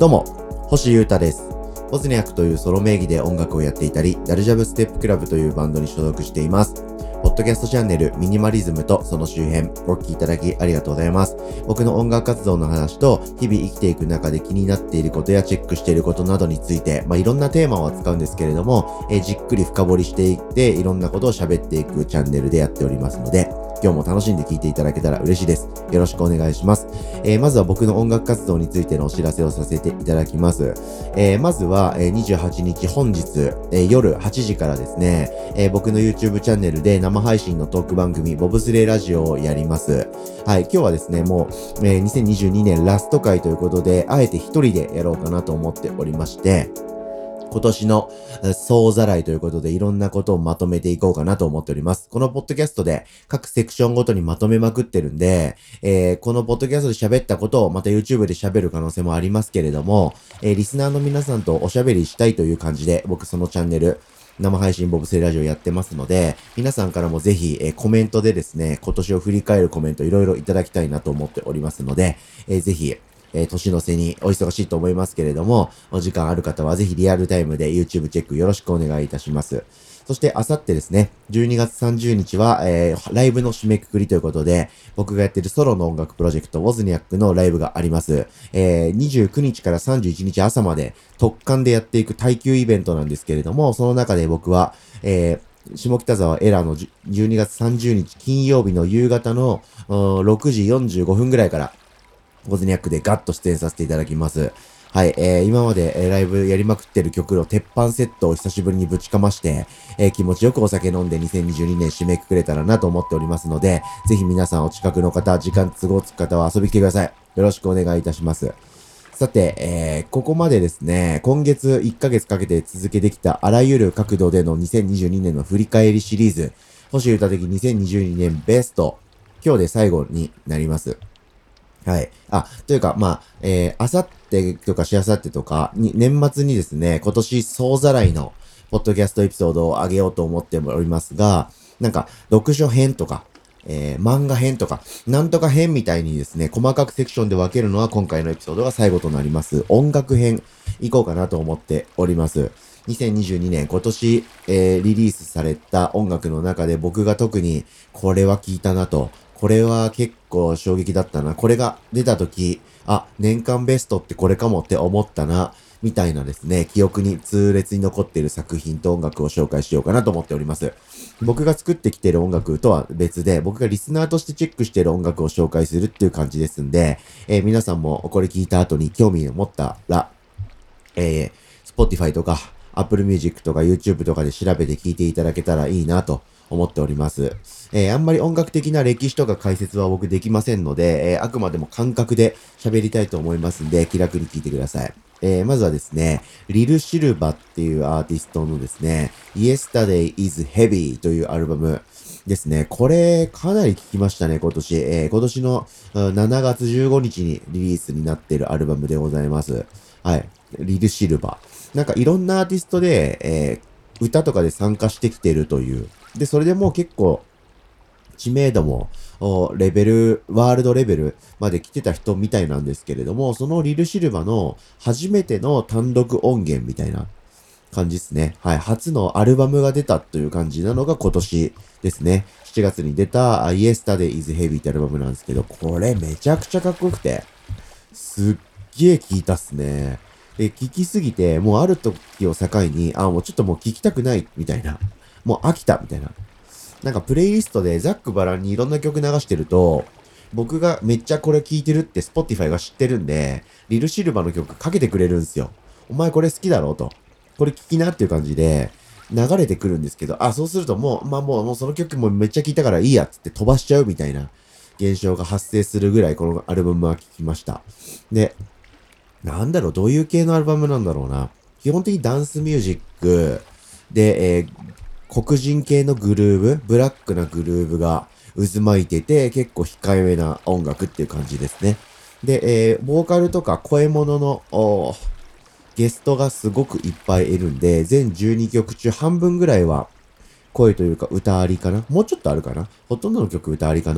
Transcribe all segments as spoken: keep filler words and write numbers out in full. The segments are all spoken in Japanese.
どうも、星優太です。ボズニャックというソロ名義で音楽をやっていたり、ダルジャブステップクラブというバンドに所属しています。ポッドキャストチャンネルミニマリズムとその周辺、お聞きいただきありがとうございます。僕の音楽活動の話と、日々生きていく中で気になっていることやチェックしていることなどについて、まあ、いろんなテーマを扱うんですけれども、えー、じっくり深掘りしていって、いろんなことを喋っていくチャンネルでやっておりますので、今日も楽しんで聞いていただけたら嬉しいです。よろしくお願いします。えー、まずは僕の音楽活動についてのお知らせをさせていただきます。えー、まずは、えー、にじゅうはちにち本日、えー、夜はちじからですね、えー、僕の YouTube チャンネルで生配信のトーク番組ボブスレーラジオをやります。はい、今日はですね、もう、えー、にせんにじゅうにねんラスト回ということで、あえて一人でやろうかなと思っておりまして、今年の総ざらいということでいろんなことをまとめていこうかなと思っております。このポッドキャストで各セクションごとにまとめまくってるんで、えー、このポッドキャストで喋ったことをまた YouTube で喋る可能性もありますけれども、えー、リスナーの皆さんとおしゃべりしたいという感じで僕そのチャンネル生配信ボブスレーラジオやってますので、皆さんからもぜひ、えー、コメントでですね、今年を振り返るコメントいろいろいただきたいなと思っておりますので、えー、ぜひえー、年の瀬にお忙しいと思いますけれども、お時間ある方はぜひリアルタイムで YouTube チェックよろしくお願いいたします。そして、あさってですね、じゅうにがつさんじゅうにちは、えー、ライブの締めくくりということで、僕がやってるソロの音楽プロジェクト、ウォズニャックのライブがあります。えー、にじゅうくにちからさんじゅういちにち朝まで特貫でやっていく耐久イベントなんですけれども、その中で僕は、えー、下北沢エラーのじゅうにがつさんじゅうにち金曜日の夕方のろくじよんじゅうごふんぐらいから、ボズニャックでガッと出演させていただきます。はい、えー、今まで、えー、ライブやりまくってる曲の鉄板セットを久しぶりにぶちかまして、えー、気持ちよくお酒飲んでにせんにじゅうにねん締めくくれたらなと思っておりますので、ぜひ皆さんお近くの方、時間都合つく方は遊びに来てください。よろしくお願いいたします。さて、えー、ここまでですね、今月いっかげつかけて続けてきたあらゆる角度でのにせんにじゅうにねんの振り返りシリーズ、星歌的にせんにじゅうにねんベスト、今日で最後になります。はい。あ、というか、まあ、えー、あさってとかしあさってとかに、年末にですね、今年総ざらいの、ポッドキャストエピソードを上げようと思っておりますが、なんか、読書編とか、えー、漫画編とか、なんとか編みたいにですね、細かくセクションで分けるのは今回のエピソードが最後となります。音楽編、行こうかなと思っております。にせんにじゅうにねん、今年、えー、リリースされた音楽の中で僕が特に、これは聞いたなと、これは結構衝撃だったな。これが出た時、あ、年間ベストってこれかもって思ったな。みたいなですね、記憶に痛烈に残っている作品と音楽を紹介しようかなと思っております。僕が作ってきている音楽とは別で、僕がリスナーとしてチェックしている音楽を紹介するっていう感じですんで、えー、皆さんもこれ聞いた後に興味を持ったら、えー、Spotify とか Apple Music とか YouTube とかで調べて聞いていただけたらいいなと思っております。えー、あんまり音楽的な歴史とか解説は僕できませんので、えー、あくまでも感覚で喋りたいと思いますんで、気楽に聞いてください。えー、まずはですね、リル・シルバっていうアーティストのですね、Yesterday is Heavy というアルバムですね。これ、かなり聞きましたね、今年。えー、今年のしちがつじゅうごにちにリリースになっているアルバムでございます。はい。リル・シルバー。なんかいろんなアーティストで、えー、歌とかで参加してきてるという。で、それでもう結構、知名度も、レベル、ワールドレベルまで来てた人みたいなんですけれども、そのリル・シルバの初めての単独音源みたいな感じですね。はい。初のアルバムが出たという感じなのが今年ですね。しちがつに出た Yesterday is Heavy ってアルバムなんですけど、これめちゃくちゃかっこよくて、すっげー聴いたっすね。で、聴きすぎて、もうある時を境に、あ、もうちょっともう聴きたくないみたいな。もう飽きたみたいな。なんかプレイリストでザックバランにいろんな曲流してると、僕がめっちゃこれ聴いてるって Spotify が知ってるんで、リルシルバーの曲かけてくれるんですよ。お前これ好きだろうと。これ聴きなっていう感じで流れてくるんですけど、あ、そうするともう、まあもう、もうその曲もめっちゃ聴いたからいいやっつって飛ばしちゃうみたいな現象が発生するぐらいこのアルバムは聴きました。で、なんだろう、どういう系のアルバムなんだろうな。基本的にダンスミュージックで、えー黒人系のグルーブ、ブラックなグルーブが渦巻いてて、結構控えめな音楽っていう感じですね。で、えー、ボーカルとか声物のゲストがすごくいっぱいいるんで、全じゅうにきょく中半分ぐらいは声というか歌ありかな。もうちょっとあるかな。ほとんどの曲歌ありかな。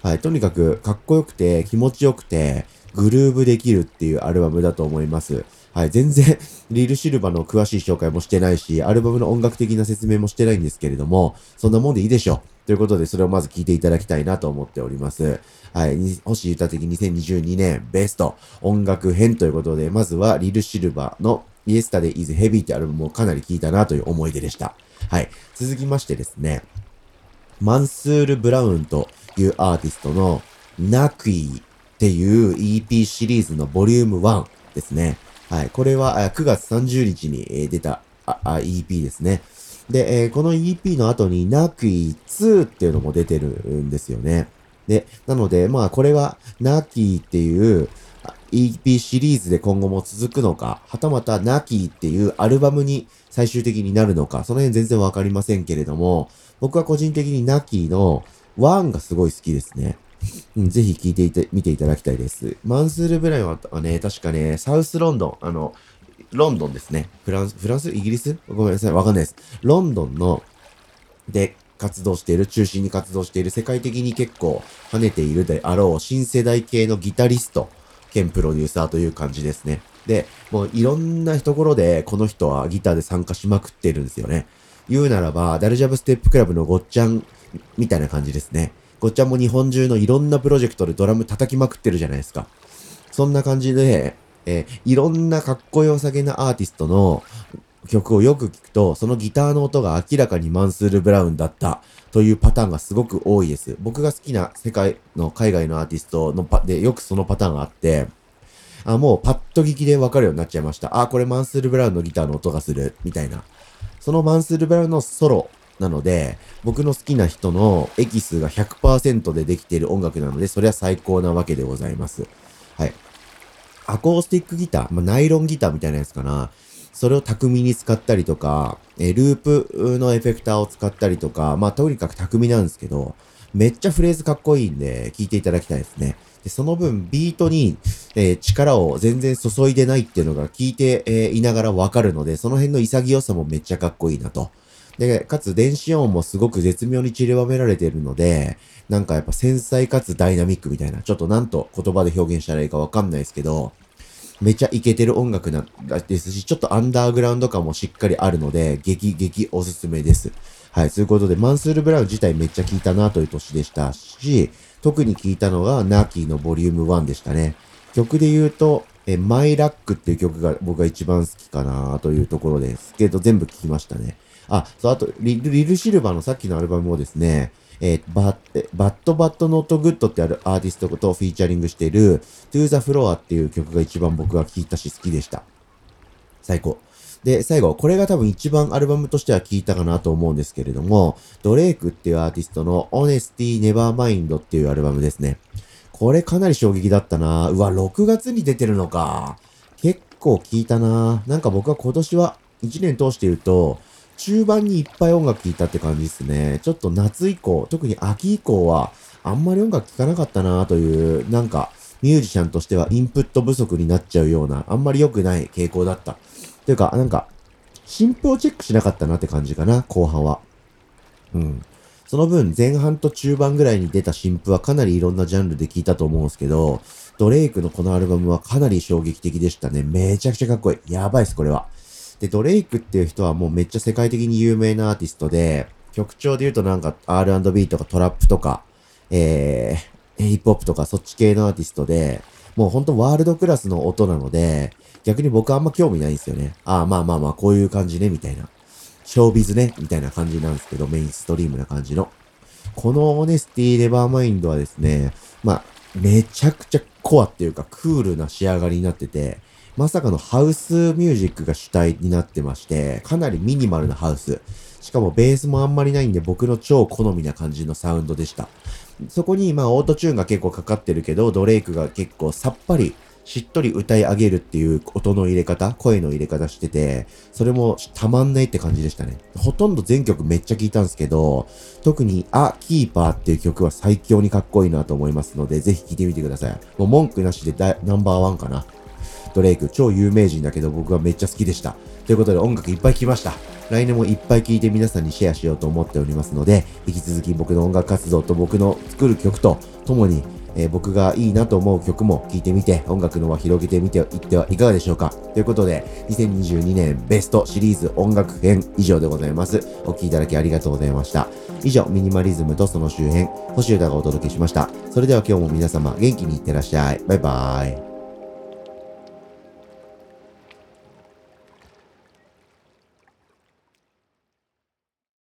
はい。とにかくかっこよくて気持ちよくてグルーブできるっていうアルバムだと思います。はい。全然リル・シルバの詳しい紹介もしてないし、アルバムの音楽的な説明もしてないんですけれども、そんなもんでいいでしょう。ということで、それをまず聞いていただきたいなと思っております。はい。星歌的にせんにじゅうにねんベスト音楽編ということで、まずはリル・シルバの Yesterday is Heavy ってアルバムをかなり聞いたなという思い出でした。はい。続きましてですね、マンスール・ブラウンというアーティストのナクイっていう イーピー シリーズのボリュームワンですね。はい。これはくがつさんじゅうにちに出た イーピー ですね。で、えー、この イーピー の後にナクイツーっていうのも出てるんですよね。で、なので、まあこれはナキーっていう イーピー シリーズで今後も続くのか、はたまたナキーっていうアルバムに最終的になるのか、その辺全然わかりませんけれども、僕は個人的にナキーのワンがすごい好きですね。うん、ぜひ聞いていて、見ていただきたいです。マンスール・ブラインはね、確かね、サウスロンドン、あの、ロンドンですね。フランス、フランスイギリスごめんなさい。わかんないです。ロンドンの、で、活動している、中心に活動している、世界的に結構跳ねているであろう、新世代系のギタリスト兼プロデューサーという感じですね。で、もういろんなところで、この人はギターで参加しまくってるんですよね。言うならば、ダルジャブステップクラブのごっちゃんみたいな感じですね。ごっちゃんも日本中のいろんなプロジェクトでドラム叩きまくってるじゃないですか。そんな感じで、えー、いろんなかっこよさげなアーティストの曲をよく聞くと、そのギターの音が明らかにマンスール・ブラウンだったというパターンがすごく多いです。僕が好きな世界の海外のアーティストのパでよくそのパターンがあって、あ、もうパッと聞きでわかるようになっちゃいました。あ、これマンスール・ブラウンのギターの音がする、みたいな。そのマンスール・ブラウンのソロなので、僕の好きな人のエキスが ひゃくパーセント でできている音楽なので、それは最高なわけでございます。はい。アコースティックギター、まあ、ナイロンギターみたいなやつかな。それを巧みに使ったりとか、えループのエフェクターを使ったりとか、まあ、とにかく巧みなんですけど、めっちゃフレーズかっこいいんで、聞いていただきたいですね。で、その分、ビートに、えー、力を全然注いでないっていうのが聞いて、えー、いながらわかるので、その辺の潔さもめっちゃかっこいいなと。で、かつ電子音もすごく絶妙に散りばめられているので、なんかやっぱ繊細かつダイナミックみたいな、ちょっとなんと言葉で表現したらいいかわかんないですけど、めっちゃイケてる音楽なんですし、ちょっとアンダーグラウンド感もしっかりあるので、激激おすすめです。はい、そういうことで、マンスール・ブラウン自体めっちゃ聴いたなという年でしたし、特に聴いたのがナーキーのボリュームワンでしたね。曲で言うと、え、マイラックっていう曲が僕が一番好きかなというところですけど、全部聴きましたね。あ、そう、あとリ、リル・シルバーのさっきのアルバムもですね、えー、バッ、バッドバッドノットグッドってあるアーティストとフィーチャリングしている To the Floor っていう曲が一番僕が聴いたし好きでした。最高。で、最後、これが多分一番アルバムとしては聴いたかなと思うんですけれども、ドレイクっていうアーティストの Honesty Nevermind っていうアルバムですね。これかなり衝撃だったな。うわ、ろくがつに出てるのか。結構聴いたな。なんか僕は今年はいちねん通して言うと、中盤にいっぱい音楽聴いたって感じですね。ちょっと夏以降、特に秋以降は、あんまり音楽聴かなかったなという、なんか、ミュージシャンとしてはインプット不足になっちゃうような、あんまり良くない傾向だった。というか、なんか、新譜をチェックしなかったなって感じかな、後半は。うん。その分、前半と中盤ぐらいに出た新譜はかなりいろんなジャンルで聴いたと思うんですけど、ドレイクのこのアルバムはかなり衝撃的でしたね。めちゃくちゃかっこいい。やばいっす、これは。で、ドレイクっていう人はもうめっちゃ世界的に有名なアーティストで、曲調で言うとなんか アールアンドビー とかトラップとか、えー、ヒップホップとかそっち系のアーティストで、もうほんとワールドクラスの音なので、逆に僕はあんま興味ないんですよね。ああ、まあまあまあ、こういう感じね、みたいな。ショービズね、みたいな感じなんですけど、メインストリームな感じの。このオネスティレバーマインドはですね、まあ、めちゃくちゃコアっていうかクールな仕上がりになってて、まさかのハウスミュージックが主体になってまして、かなりミニマルなハウス。しかもベースもあんまりないんで僕の超好みな感じのサウンドでした。そこにまあオートチューンが結構かかってるけど、ドレイクが結構さっぱりしっとり歌い上げるっていう音の入れ方、声の入れ方してて、それもたまんないって感じでしたね。ほとんど全曲めっちゃ聴いたんですけど、特にあ、キーパーっていう曲は最強にかっこいいなと思いますので、ぜひ聴いてみてください。もう文句なしでナンバーワンかな。 ドレイク、超有名人だけど僕はめっちゃ好きでした。ということで音楽いっぱい聴きました。来年もいっぱい聴いて皆さんにシェアしようと思っておりますので、引き続き僕の音楽活動と僕の作る曲とともに、えー、僕がいいなと思う曲も聴いてみて、音楽の輪広げてみていってはいかがでしょうか。ということで、にせんにじゅうにねんベストシリーズ音楽編以上でございます。お聴きいただきありがとうございました。以上、ミニマリズムとその周辺、星歌がお届けしました。それでは今日も皆様元気にいってらっしゃい。バイバーイ。